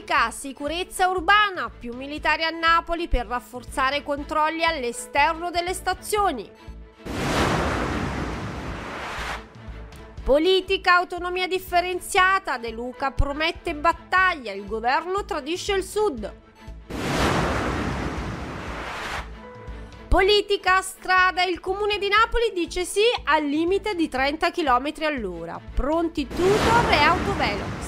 Politica, sicurezza urbana, più militari a Napoli per rafforzare i controlli all'esterno delle stazioni. Politica, autonomia differenziata, De Luca promette battaglia, il governo tradisce il sud. Politica, strada, il comune di Napoli dice sì al limite di 30 km all'ora. Pronti tutor e autovelox.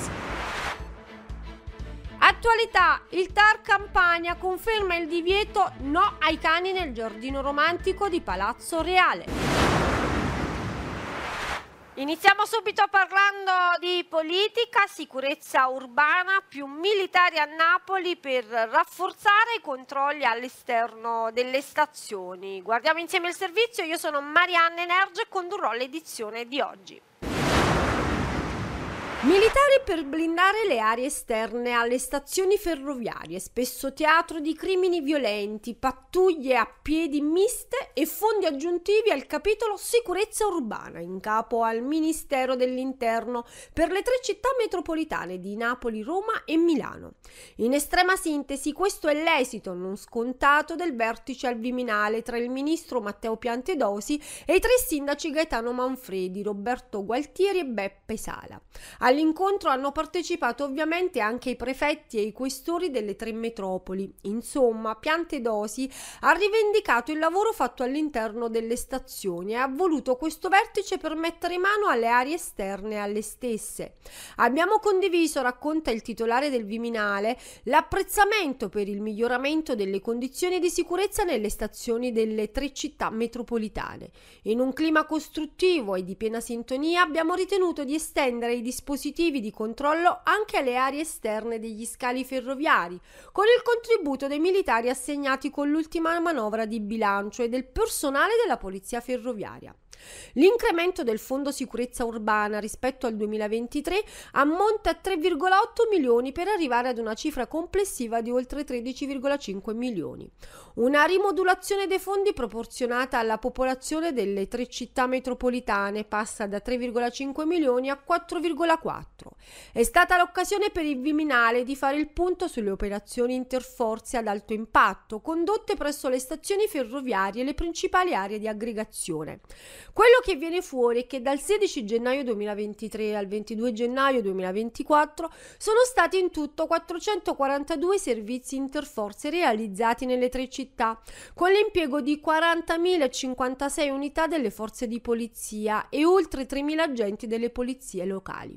Attualità, il TAR Campania conferma il divieto no ai cani nel giardino romantico di Palazzo Reale. Iniziamo subito parlando di politica, sicurezza urbana, più militari a Napoli per rafforzare i controlli all'esterno delle stazioni. Guardiamo insieme il servizio, io sono Marianna Energia e condurrò l'edizione di oggi. Militari per blindare le aree esterne alle stazioni ferroviarie, spesso teatro di crimini violenti, pattuglie a piedi miste e fondi aggiuntivi al capitolo sicurezza urbana in capo al Ministero dell'Interno per le 3 città metropolitane di Napoli, Roma e Milano. In estrema sintesi, questo è l'esito non scontato del vertice al Viminale tra il ministro Matteo Piantedosi e i 3 sindaci Gaetano Manfredi, Roberto Gualtieri e Beppe Sala. All'incontro hanno partecipato ovviamente anche i prefetti e i questori delle 3 metropoli. Insomma, Piantedosi ha rivendicato il lavoro fatto all'interno delle stazioni e ha voluto questo vertice per mettere mano alle aree esterne alle stesse. Abbiamo condiviso, racconta il titolare del Viminale, l'apprezzamento per il miglioramento delle condizioni di sicurezza nelle stazioni delle 3 città metropolitane. In un clima costruttivo e di piena sintonia abbiamo ritenuto di estendere i dispositivi di controllo anche alle aree esterne degli scali ferroviari, con il contributo dei militari assegnati con l'ultima manovra di bilancio e del personale della polizia ferroviaria. L'incremento del Fondo Sicurezza Urbana rispetto al 2023 ammonta a 3,8 milioni per arrivare ad una cifra complessiva di oltre 13,5 milioni. Una rimodulazione dei fondi proporzionata alla popolazione delle 3 città metropolitane passa da 3,5 milioni a 4,4. È stata l'occasione per il Viminale di fare il punto sulle operazioni interforze ad alto impatto condotte presso le stazioni ferroviarie e le principali aree di aggregazione. Quello che viene fuori è che dal 16 gennaio 2023 al 22 gennaio 2024 sono stati in tutto 442 servizi interforze realizzati nelle 3 città, con l'impiego di 40.056 unità delle forze di polizia e oltre 3.000 agenti delle polizie locali.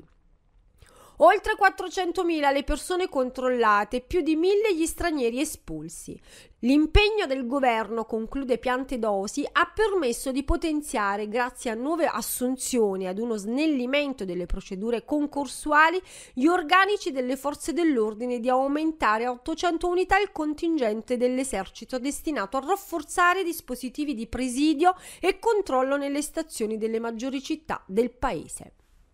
Oltre 400.000 le persone controllate, più di 1.000 gli stranieri espulsi. L'impegno del governo, conclude Piantedosi, ha permesso di potenziare, grazie a nuove assunzioni e ad uno snellimento delle procedure concorsuali, gli organici delle forze dell'ordine e di aumentare a 800 unità il contingente dell'esercito destinato a rafforzare dispositivi di presidio e controllo nelle stazioni delle maggiori città del paese.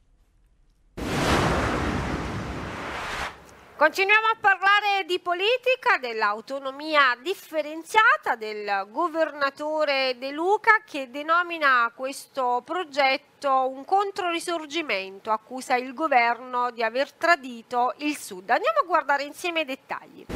Continuiamo a parlare di politica, dell'autonomia differenziata del governatore De Luca, che denomina questo progetto un controrisorgimento, accusa il governo di aver tradito il Sud. Andiamo a guardare insieme i dettagli.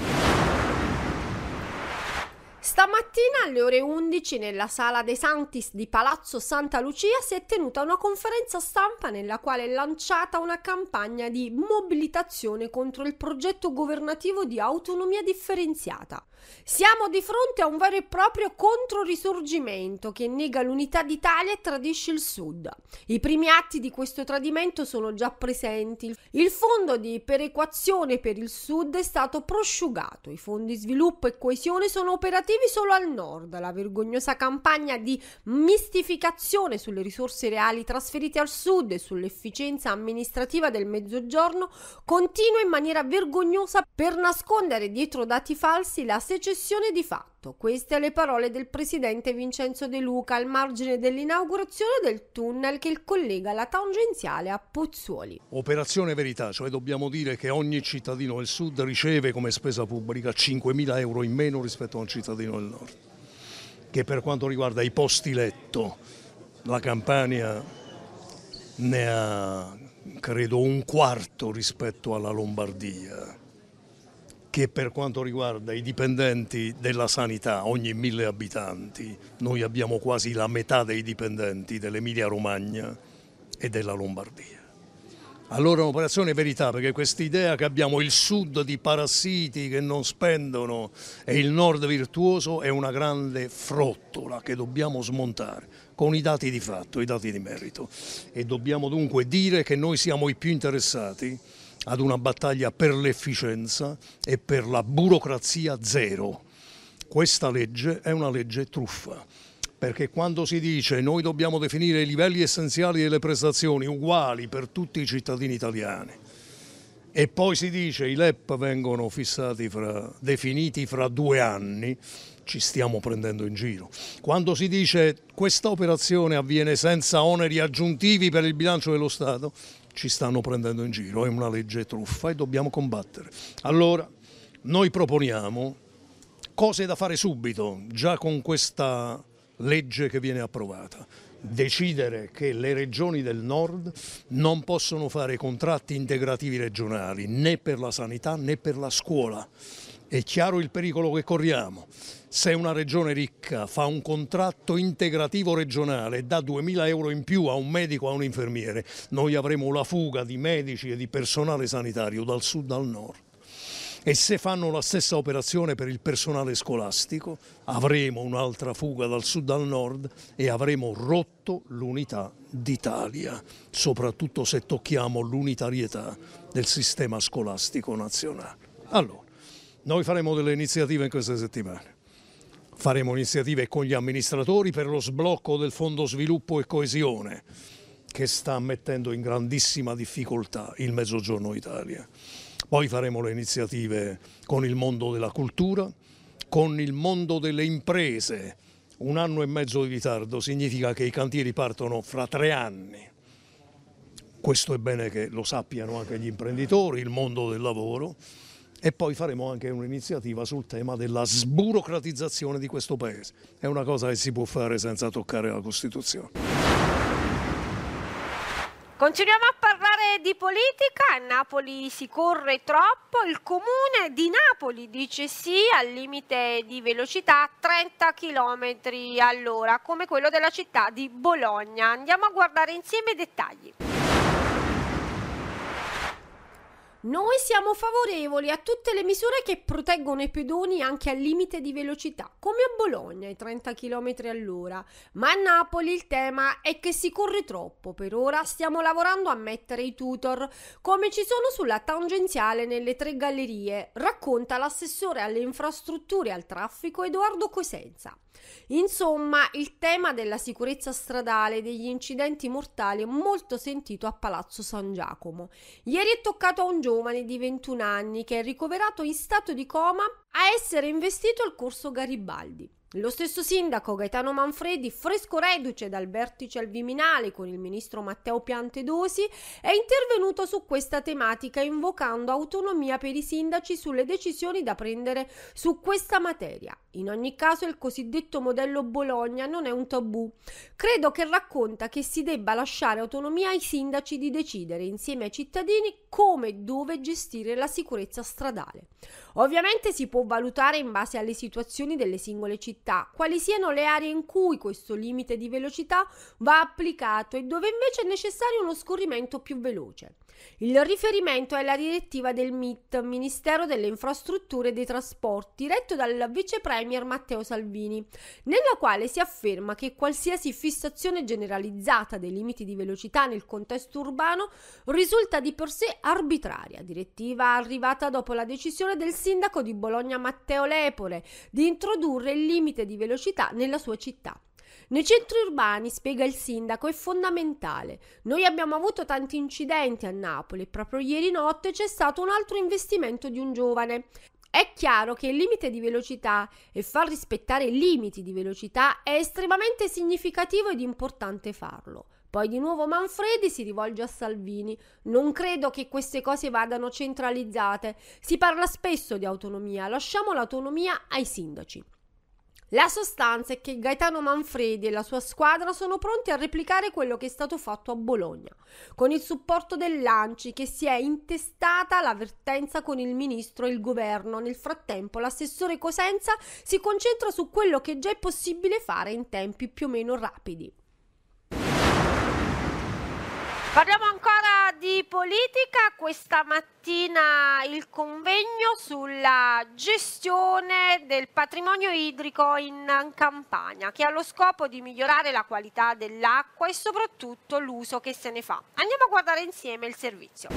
Stamattina alle ore 11 nella Sala De Santis di Palazzo Santa Lucia si è tenuta una conferenza stampa nella quale è lanciata una campagna di mobilitazione contro il progetto governativo di autonomia differenziata. Siamo di fronte a un vero e proprio controrisorgimento che nega l'unità d'Italia e tradisce il Sud. I primi atti di questo tradimento sono già presenti. Il fondo di perequazione per il Sud è stato prosciugato, i fondi sviluppo e coesione sono operativi solo al nord. La vergognosa campagna di mistificazione sulle risorse reali trasferite al Sud e sull'efficienza amministrativa del Mezzogiorno continua in maniera vergognosa per nascondere dietro dati falsi la secessione di fatto. Queste le parole del presidente Vincenzo De Luca al margine dell'inaugurazione del tunnel che collega la tangenziale a Pozzuoli. Operazione verità, cioè dobbiamo dire che ogni cittadino del Sud riceve come spesa pubblica 5.000 euro in meno rispetto a un cittadino del Nord. Che per quanto riguarda i posti letto, la Campania ne ha credo un quarto rispetto alla Lombardia. che per quanto riguarda i dipendenti della sanità, ogni 1000 abitanti, noi abbiamo quasi la metà dei dipendenti dell'Emilia-Romagna e della Lombardia. Allora è un'operazione verità, perché quest'idea che abbiamo il sud di parassiti che non spendono e il nord virtuoso è una grande frottola che dobbiamo smontare con i dati di fatto, i dati di merito, e dobbiamo dunque dire che noi siamo i più interessati ad una battaglia per l'efficienza e per la burocrazia zero. Questa legge è una legge truffa, perché quando si dice noi dobbiamo definire i livelli essenziali delle prestazioni uguali per tutti i cittadini italiani e poi si dice i LEP vengono definiti fra 2 anni, ci stiamo prendendo in giro. Quando si dice questa operazione avviene senza oneri aggiuntivi per il bilancio dello Stato, ci stanno prendendo in giro, è una legge truffa e dobbiamo combattere. Allora noi proponiamo cose da fare subito, già con questa legge che viene approvata. Decidere che le regioni del nord non possono fare contratti integrativi regionali né per la sanità né per la scuola. È chiaro il pericolo che corriamo. Se una regione ricca fa un contratto integrativo regionale e dà 2.000 euro in più a un medico o a un infermiere, noi avremo la fuga di medici e di personale sanitario dal sud al nord. E se fanno la stessa operazione per il personale scolastico, avremo un'altra fuga dal sud al nord e avremo rotto l'unità d'Italia, soprattutto se tocchiamo l'unitarietà del sistema scolastico nazionale. Allora, noi faremo delle iniziative in queste settimane. Faremo iniziative con gli amministratori per lo sblocco del Fondo Sviluppo e Coesione, che sta mettendo in grandissima difficoltà il Mezzogiorno Italia. Poi faremo le iniziative con il mondo della cultura, con il mondo delle imprese. 1 anno e mezzo di ritardo significa che i cantieri partono fra 3 anni. Questo è bene che lo sappiano anche gli imprenditori, il mondo del lavoro. E poi faremo anche un'iniziativa sul tema della sburocratizzazione di questo Paese. È una cosa che si può fare senza toccare la Costituzione. Continuiamo a parlare di politica. A Napoli si corre troppo. Il comune di Napoli dice sì al limite di velocità 30 km all'ora, come quello della città di Bologna. Andiamo a guardare insieme i dettagli. Noi siamo favorevoli a tutte le misure che proteggono i pedoni anche al limite di velocità, come a Bologna, i 30 km all'ora. Ma a Napoli il tema è che si corre troppo. Per ora stiamo lavorando a mettere i tutor, come ci sono sulla tangenziale nelle 3 gallerie, racconta l'assessore alle infrastrutture e al traffico Edoardo Cosenza. Insomma, il tema della sicurezza stradale e degli incidenti mortali è molto sentito a Palazzo San Giacomo. Ieri è toccato a un giovane di 21 anni che è ricoverato in stato di coma a essere investito al corso Garibaldi. Lo stesso sindaco Gaetano Manfredi, fresco reduce dal vertice al Viminale con il ministro Matteo Piantedosi, è intervenuto su questa tematica invocando autonomia per i sindaci sulle decisioni da prendere su questa materia. In ogni caso il cosiddetto modello Bologna non è un tabù. Credo che racconta che si debba lasciare autonomia ai sindaci di decidere insieme ai cittadini come e dove gestire la sicurezza stradale. Ovviamente si può valutare in base alle situazioni delle singole città quali siano le aree in cui questo limite di velocità va applicato e dove invece è necessario uno scorrimento più veloce. Il riferimento è la direttiva del MIT, Ministero delle Infrastrutture e dei Trasporti, retto dal vice premier Matteo Salvini, nella quale si afferma che qualsiasi fissazione generalizzata dei limiti di velocità nel contesto urbano risulta di per sé arbitraria, direttiva arrivata dopo la decisione del sindaco di Bologna Matteo Lepore di introdurre il limite di velocità nella sua città. Nei centri urbani, spiega il sindaco, è fondamentale. Noi abbiamo avuto tanti incidenti a Napoli e proprio ieri notte c'è stato un altro investimento di un giovane. È chiaro che il limite di velocità e far rispettare i limiti di velocità è estremamente significativo ed importante farlo. Poi di nuovo Manfredi si rivolge a Salvini. Non credo che queste cose vadano centralizzate. Si parla spesso di autonomia, lasciamo l'autonomia ai sindaci. La sostanza è che Gaetano Manfredi e la sua squadra sono pronti a replicare quello che è stato fatto a Bologna, con il supporto dell'ANCI che si è intestata la vertenza con il ministro e il governo. Nel frattempo l'assessore Cosenza si concentra su quello che già è possibile fare in tempi più o meno rapidi. Parliamo ancora di politica. Questa mattina il convegno sulla gestione del patrimonio idrico in Campania, che ha lo scopo di migliorare la qualità dell'acqua e soprattutto l'uso che se ne fa. Andiamo a guardare insieme il servizio.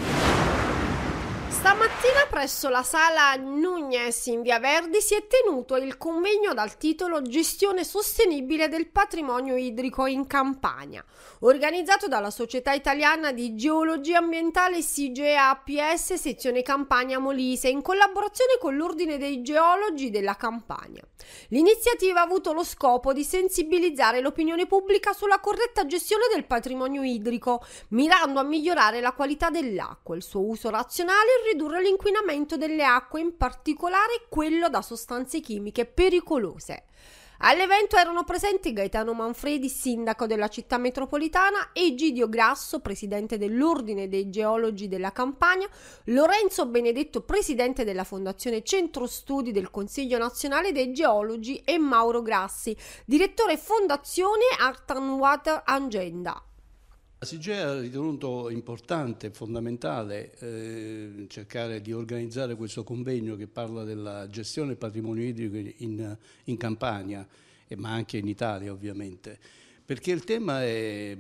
Stamattina presso la sala Núñez in Via Verdi si è tenuto il convegno dal titolo Gestione sostenibile del patrimonio idrico in Campania, organizzato dalla Società Italiana di Geologia Ambientale SIGE-APS sezione Campania Molise in collaborazione con l'Ordine dei Geologi della Campania. L'iniziativa ha avuto lo scopo di sensibilizzare l'opinione pubblica sulla corretta gestione del patrimonio idrico, mirando a migliorare la qualità dell'acqua, il suo uso razionale e ridurre l'inquinamento delle acque, in particolare quello da sostanze chimiche pericolose. All'evento erano presenti Gaetano Manfredi, sindaco della città metropolitana, Egidio Grasso, presidente dell'Ordine dei Geologi della Campania, Lorenzo Benedetto, presidente della Fondazione Centro Studi del Consiglio Nazionale dei Geologi e Mauro Grassi, direttore Fondazione Art and Water Agenda. La SIGE ha ritenuto importante e fondamentale cercare di organizzare questo convegno che parla della gestione del patrimonio idrico in Campania, ma anche in Italia ovviamente, perché il tema è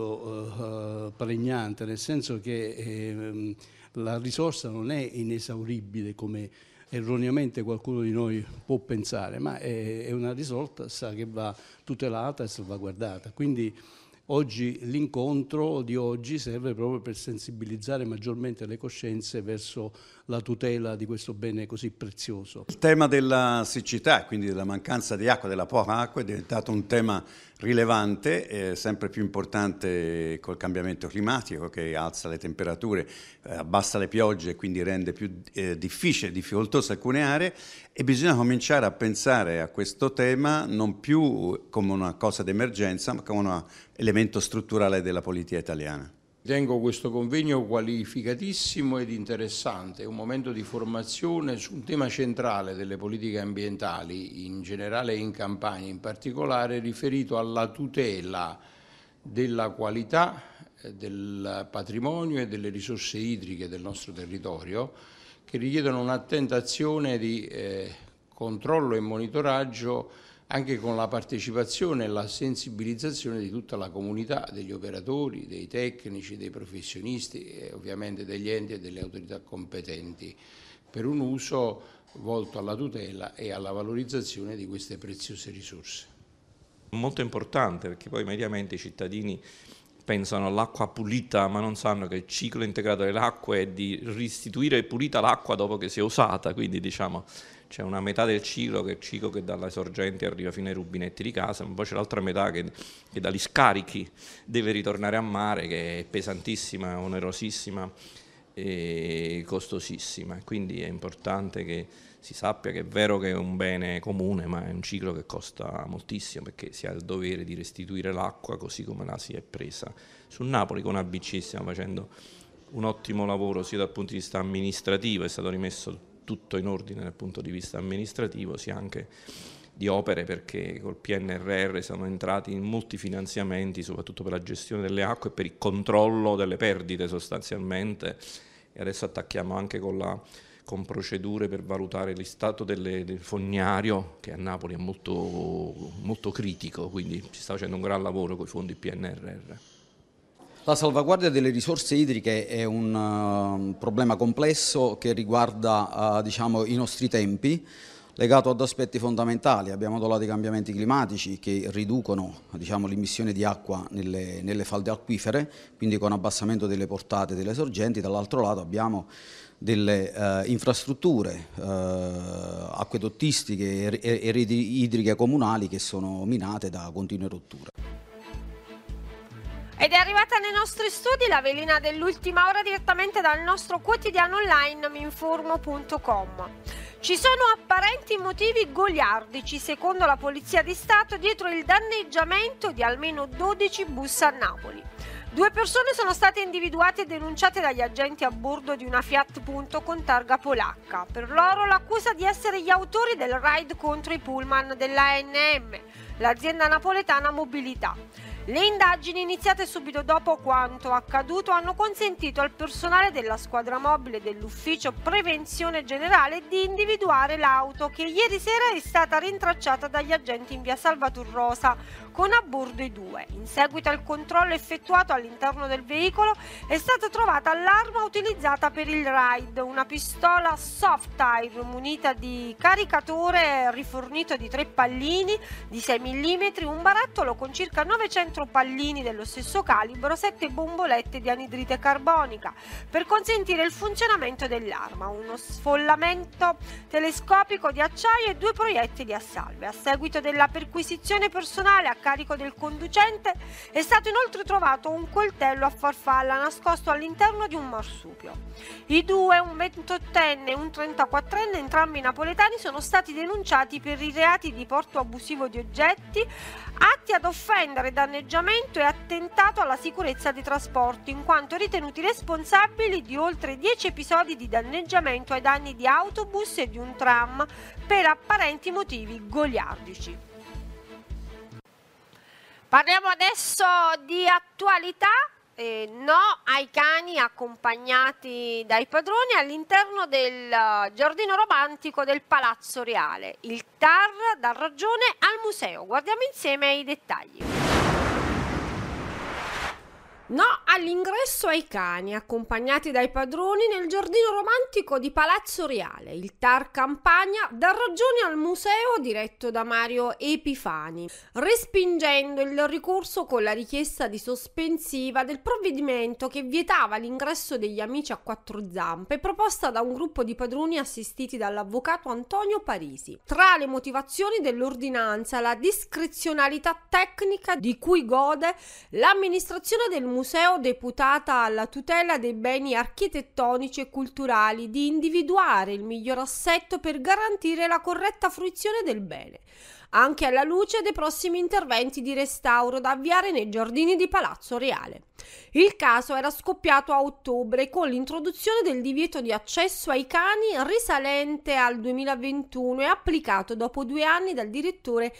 molto pregnante, nel senso che la risorsa non è inesauribile come erroneamente qualcuno di noi può pensare, ma è una risorsa che va tutelata e salvaguardata. Quindi oggi l'incontro di oggi serve proprio per sensibilizzare maggiormente le coscienze verso la tutela di questo bene così prezioso. Il tema della siccità, quindi della mancanza di acqua, della poca acqua, è diventato un tema rilevante, sempre più importante col cambiamento climatico che alza le temperature, abbassa le piogge e quindi rende più difficile, difficoltoso alcune aree, e bisogna cominciare a pensare a questo tema non più come una cosa d'emergenza, ma come un elemento strutturale della politica italiana. Ritengo questo convegno qualificatissimo ed interessante, un momento di formazione su un tema centrale delle politiche ambientali, in generale in Campania, in particolare riferito alla tutela della qualità del patrimonio e delle risorse idriche del nostro territorio, che richiedono un'attenta azione di controllo e monitoraggio anche con la partecipazione e la sensibilizzazione di tutta la comunità, degli operatori, dei tecnici, dei professionisti e ovviamente degli enti e delle autorità competenti, per un uso volto alla tutela e alla valorizzazione di queste preziose risorse. Molto importante, perché poi mediamente i cittadini pensano all'acqua pulita, ma non sanno che il ciclo integrato dell'acqua è di restituire pulita l'acqua dopo che si è usata, quindi diciamo c'è una metà del ciclo che è il ciclo che dalle sorgenti arriva fino ai rubinetti di casa, ma poi c'è l'altra metà che dagli scarichi deve ritornare a mare, che è pesantissima, onerosissima e costosissima. Quindi è importante che si sappia che è vero che è un bene comune, ma è un ciclo che costa moltissimo, perché si ha il dovere di restituire l'acqua così come la si è presa. Su Napoli con ABC stiamo facendo un ottimo lavoro sia dal punto di vista amministrativo, è stato rimesso tutto in ordine dal punto di vista amministrativo, sia anche di opere, perché col PNRR siamo entrati in molti finanziamenti, soprattutto per la gestione delle acque e per il controllo delle perdite sostanzialmente, e adesso attacchiamo anche con procedure per valutare lo stato del fognario, che a Napoli è molto critico, quindi si sta facendo un gran lavoro con i fondi PNRR. La salvaguardia delle risorse idriche è un problema complesso che riguarda i nostri tempi, legato ad aspetti fondamentali. Abbiamo da un lato i cambiamenti climatici che riducono l'emissione di acqua nelle falde acquifere, quindi con abbassamento delle portate delle sorgenti. Dall'altro lato abbiamo delle infrastrutture acquedottistiche e reti idriche comunali che sono minate da continue rotture. Ed è arrivata nei nostri studi la velina dell'ultima ora direttamente dal nostro quotidiano online minformo.com. Ci sono apparenti motivi goliardici, secondo la Polizia di Stato, dietro il danneggiamento di almeno 12 bus a Napoli. 2 persone sono state individuate e denunciate dagli agenti a bordo di una Fiat Punto con targa polacca. Per loro l'accusa di essere gli autori del raid contro i pullman della ANM, l'azienda napoletana Mobilità. Le indagini, iniziate subito dopo quanto accaduto, hanno consentito al personale della squadra mobile dell'Ufficio Prevenzione Generale di individuare l'auto che ieri sera è stata rintracciata dagli agenti in via Salvatorrosa con a bordo i 2. In seguito al controllo effettuato all'interno del veicolo è stata trovata l'arma utilizzata per il raid, una pistola Softtire munita di caricatore rifornito di 3 pallini di 6 mm, un barattolo con circa 900 pallini dello stesso calibro, 7 bombolette di anidride carbonica per consentire il funzionamento dell'arma, uno sfollamento telescopico di acciaio e 2 proiettili a salve. A seguito della perquisizione personale a carico del conducente è stato inoltre trovato un coltello a farfalla nascosto all'interno di un marsupio. I 2, un 28enne e un 34enne, entrambi napoletani, sono stati denunciati per i reati di porto abusivo di oggetti, atti ad offendere, danneggiamento e attentato alla sicurezza dei trasporti, in quanto ritenuti responsabili di oltre 10 episodi di danneggiamento ai danni di autobus e di un tram per apparenti motivi goliardici. Parliamo adesso di attualità. No ai cani accompagnati dai padroni all'interno del giardino romantico del Palazzo Reale. Il TAR dà ragione al museo. Guardiamo insieme i dettagli. No all'ingresso ai cani accompagnati dai padroni nel giardino romantico di Palazzo Reale. Il TAR Campania dà ragione al museo diretto da Mario Epifani, respingendo il ricorso con la richiesta di sospensiva del provvedimento che vietava l'ingresso degli amici a 4 zampe, proposta da un gruppo di padroni assistiti dall'avvocato Antonio Parisi. Tra le motivazioni dell'ordinanza, la discrezionalità tecnica di cui gode l'amministrazione del museo, deputata alla tutela dei beni architettonici e culturali, di individuare il miglior assetto per garantire la corretta fruizione del bene, anche alla luce dei prossimi interventi di restauro da avviare nei giardini di Palazzo Reale. Il caso era scoppiato a ottobre con l'introduzione del divieto di accesso ai cani risalente al 2021 e applicato dopo 2 anni dal direttore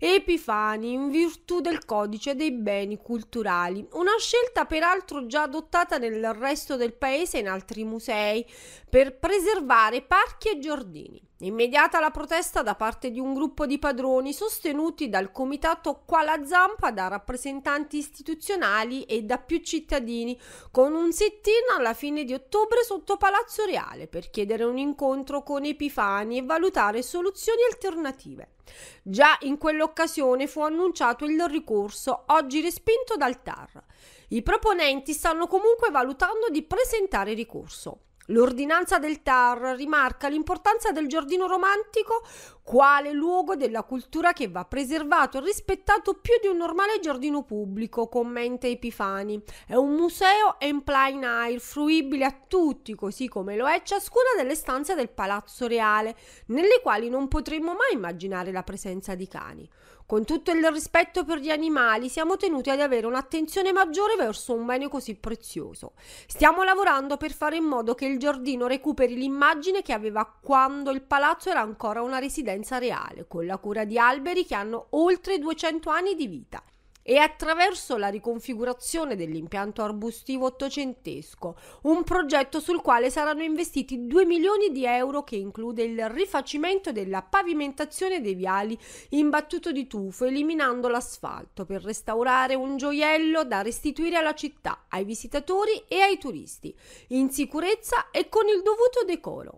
Epifani in virtù del Codice dei Beni Culturali, una scelta peraltro già adottata nel resto del paese in altri musei per preservare parchi e giardini. Immediata la protesta da parte di un gruppo di padroni sostenuti dal comitato Qua la Zampa, da rappresentanti istituzionali e da più cittadini, con un sit-in alla fine di ottobre sotto Palazzo Reale per chiedere un incontro con Epifani e valutare soluzioni alternative. Già in quell'occasione fu annunciato il ricorso, oggi respinto dal TAR. I proponenti stanno comunque valutando di presentare ricorso. L'ordinanza del TAR rimarca l'importanza del giardino romantico quale luogo della cultura che va preservato e rispettato più di un normale giardino pubblico, commenta Epifani. È un museo en plein air, fruibile a tutti, così come lo è ciascuna delle stanze del Palazzo Reale, nelle quali non potremmo mai immaginare la presenza di cani. Con tutto il rispetto per gli animali, siamo tenuti ad avere un'attenzione maggiore verso un bene così prezioso. Stiamo lavorando per fare in modo che il giardino recuperi l'immagine che aveva quando il palazzo era ancora una residenza reale, con la cura di alberi che hanno oltre 200 anni di vita, e attraverso la riconfigurazione dell'impianto arbustivo ottocentesco, un progetto sul quale saranno investiti 2 milioni di euro, che include il rifacimento della pavimentazione dei viali in battuto di tufo, eliminando l'asfalto, per restaurare un gioiello da restituire alla città, ai visitatori e ai turisti, in sicurezza e con il dovuto decoro.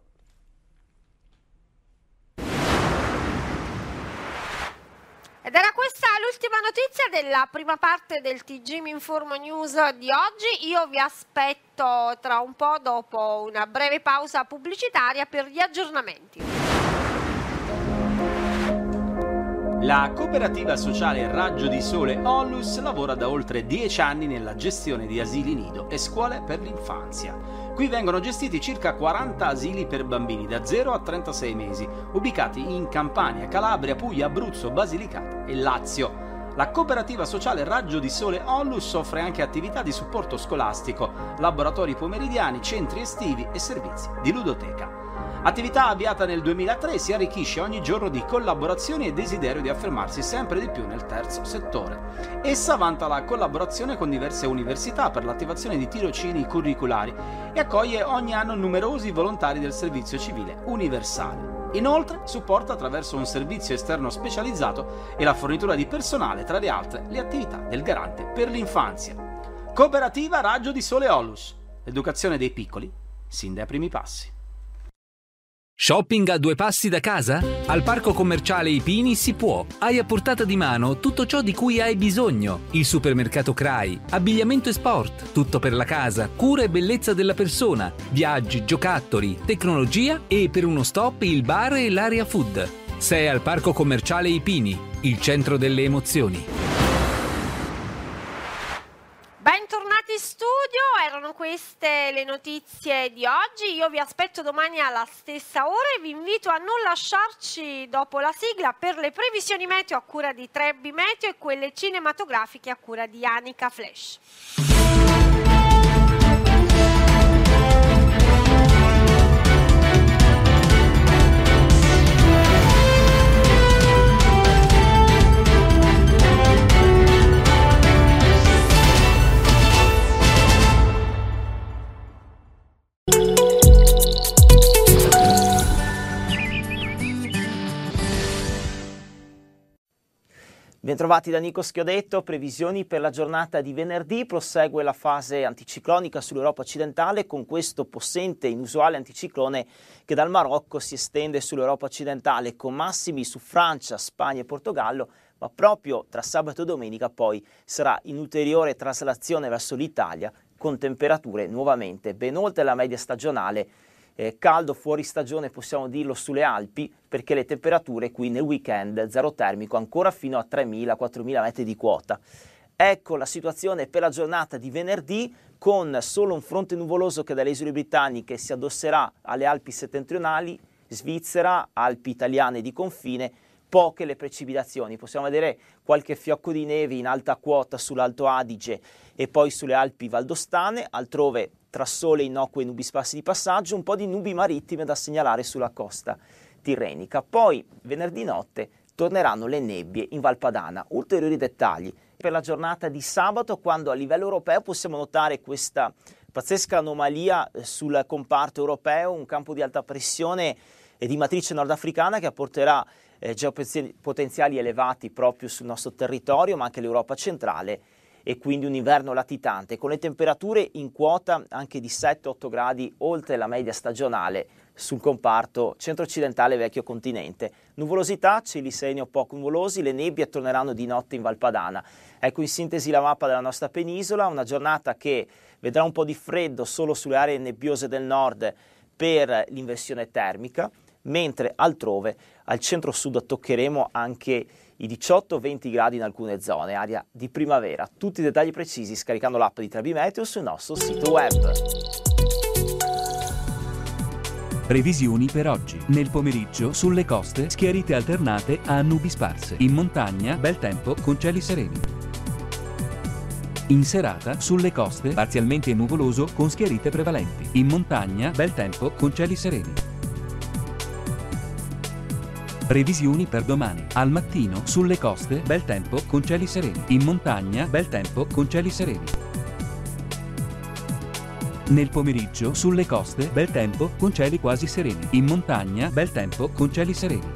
Ed era questa l'ultima notizia della prima parte del TG Mi Informo News di oggi. Io vi aspetto tra un po', dopo una breve pausa pubblicitaria, per gli aggiornamenti. La cooperativa sociale Raggio di Sole Onlus lavora da oltre 10 anni nella gestione di asili nido e scuole per l'infanzia. Qui vengono gestiti circa 40 asili per bambini da 0 a 36 mesi, ubicati in Campania, Calabria, Puglia, Abruzzo, Basilicata e Lazio. La cooperativa sociale Raggio di Sole Onlus offre anche attività di supporto scolastico, laboratori pomeridiani, centri estivi e servizi di ludoteca. Attività avviata nel 2003, si arricchisce ogni giorno di collaborazioni e desiderio di affermarsi sempre di più nel terzo settore. Essa vanta la collaborazione con diverse università per l'attivazione di tirocini curriculari e accoglie ogni anno numerosi volontari del servizio civile universale. Inoltre supporta attraverso un servizio esterno specializzato e la fornitura di personale, tra le altre, le attività del Garante per l'infanzia. Cooperativa Raggio di Sole Onlus. L'educazione dei piccoli sin dai primi passi. Shopping a 2 passi da casa? Al Parco Commerciale I Pini si può. Hai a portata di mano tutto ciò di cui hai bisogno. Il supermercato CRAI, abbigliamento e sport, tutto per la casa, cura e bellezza della persona, viaggi, giocattoli, tecnologia e per uno stop il bar e l'area food. Sei al Parco Commerciale I Pini, il centro delle emozioni. Bentornati in studio, erano queste le notizie di oggi. Io vi aspetto domani alla stessa ora e vi invito a non lasciarci dopo la sigla per le previsioni meteo a cura di Trebbi Meteo e quelle cinematografiche a cura di Anica Flash. Bentrovati da Nico Schiodetto, previsioni per la giornata di venerdì. Prosegue la fase anticiclonica sull'Europa occidentale con questo possente e inusuale anticiclone che dal Marocco si estende sull'Europa occidentale con massimi su Francia, Spagna e Portogallo, ma proprio tra sabato e domenica poi sarà in ulteriore traslazione verso l'Italia con temperature nuovamente ben oltre la media stagionale. Caldo fuori stagione, possiamo dirlo, sulle Alpi, perché le temperature qui nel weekend zero termico ancora fino a 3.000-4.000 metri di quota. Ecco la situazione per la giornata di venerdì, con solo un fronte nuvoloso che dalle isole britanniche si addosserà alle Alpi settentrionali, Svizzera, Alpi italiane di confine. Poche le precipitazioni, possiamo vedere qualche fiocco di neve in alta quota sull'Alto Adige e poi sulle Alpi valdostane, altrove tra sole innocue e nubi sparse di passaggio, un po' di nubi marittime da segnalare sulla costa tirrenica. Poi venerdì notte torneranno le nebbie in Valpadana. Ulteriori dettagli per la giornata di sabato, quando a livello europeo possiamo notare questa pazzesca anomalia sul comparto europeo, un campo di alta pressione e di matrice nordafricana che apporterà geopotenziali elevati proprio sul nostro territorio, ma anche l'Europa centrale, e quindi un inverno latitante, con le temperature in quota anche di 7-8 gradi oltre la media stagionale sul comparto centro-occidentale vecchio continente. Nuvolosità, cieli sereni o poco nuvolosi, le nebbie torneranno di notte in Valpadana. Ecco in sintesi la mappa della nostra penisola, una giornata che vedrà un po' di freddo solo sulle aree nebbiose del nord per l'inversione termica, mentre altrove al centro-sud toccheremo anche i 18-20 gradi in alcune zone, aria di primavera. Tutti i dettagli precisi scaricando l'app di Trebbi Meteo sul nostro sito web. Previsioni per oggi. Nel pomeriggio sulle coste schiarite alternate a nubi sparse. In montagna bel tempo con cieli sereni. In serata sulle coste parzialmente nuvoloso con schiarite prevalenti. In montagna bel tempo con cieli sereni. Previsioni per domani. Al mattino sulle coste bel tempo con cieli sereni. In montagna bel tempo con cieli sereni. Nel pomeriggio sulle coste bel tempo con cieli quasi sereni. In montagna bel tempo con cieli sereni.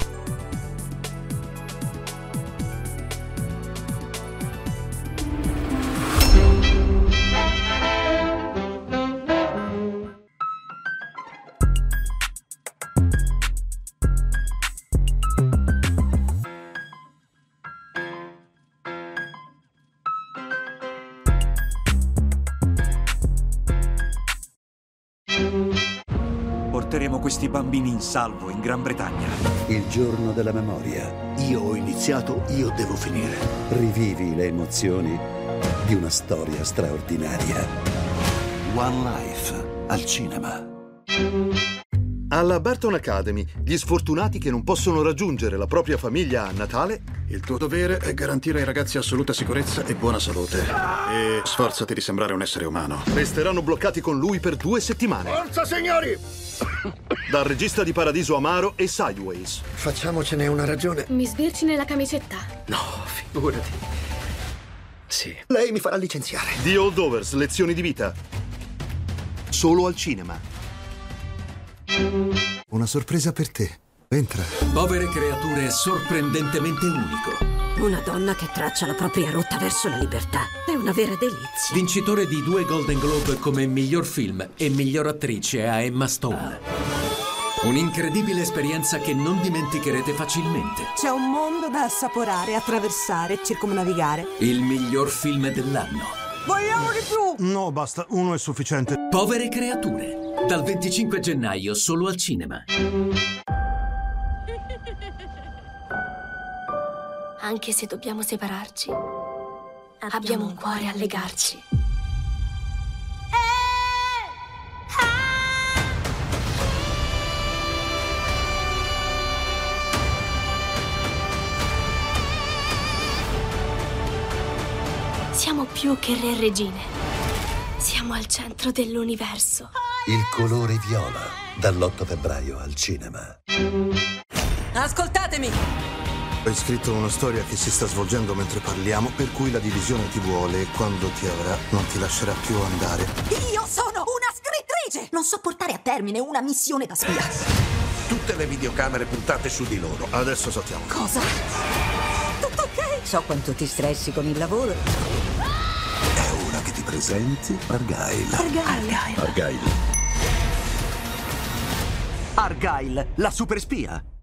Porteremo questi bambini in salvo in Gran Bretagna. Il giorno della memoria. Io ho iniziato, io devo finire. Rivivi le emozioni di una storia straordinaria. One Life. al cinema. Alla Barton Academy, gli sfortunati che non possono raggiungere la propria famiglia a Natale. Il tuo dovere è garantire ai ragazzi assoluta sicurezza e buona salute. E sforzati di sembrare un essere umano. Resteranno bloccati con lui per 2 settimane. Forza, signori! Dal regista di Paradiso Amaro e Sideways. Facciamocene una ragione. Mi sbirci nella camicetta? No, figurati. Sì. Lei mi farà licenziare. The Holdovers, lezioni di vita. Solo al cinema. Una sorpresa per te. Entra. Povere creature è sorprendentemente unico. Una donna che traccia la propria rotta verso la libertà. È una vera delizia. Vincitore di 2 Golden Globe come miglior film e miglior attrice a Emma Stone. Un'incredibile esperienza che non dimenticherete facilmente. C'è un mondo da assaporare, attraversare, circumnavigare. Il miglior film dell'anno. Vogliamo di più! No, basta, uno è sufficiente. Povere creature. Dal 25 gennaio solo al cinema. Anche se dobbiamo separarci, abbiamo un cuore a legarci. Siamo più che re e regine. Siamo al centro dell'universo. Il colore viola, dall'8 febbraio al cinema. Ascoltatemi! Hai scritto una storia che si sta svolgendo mentre parliamo, per cui la divisione ti vuole e quando ti avrà non ti lascerà più andare. Io sono una scrittrice! Non so portare a termine una missione da spia. Tutte le videocamere puntate su di loro. Adesso saltiamo. Cosa? Tutto ok? So quanto ti stressi con il lavoro. È ora che ti presenti Argyle. Argyle. Argyle, la super spia.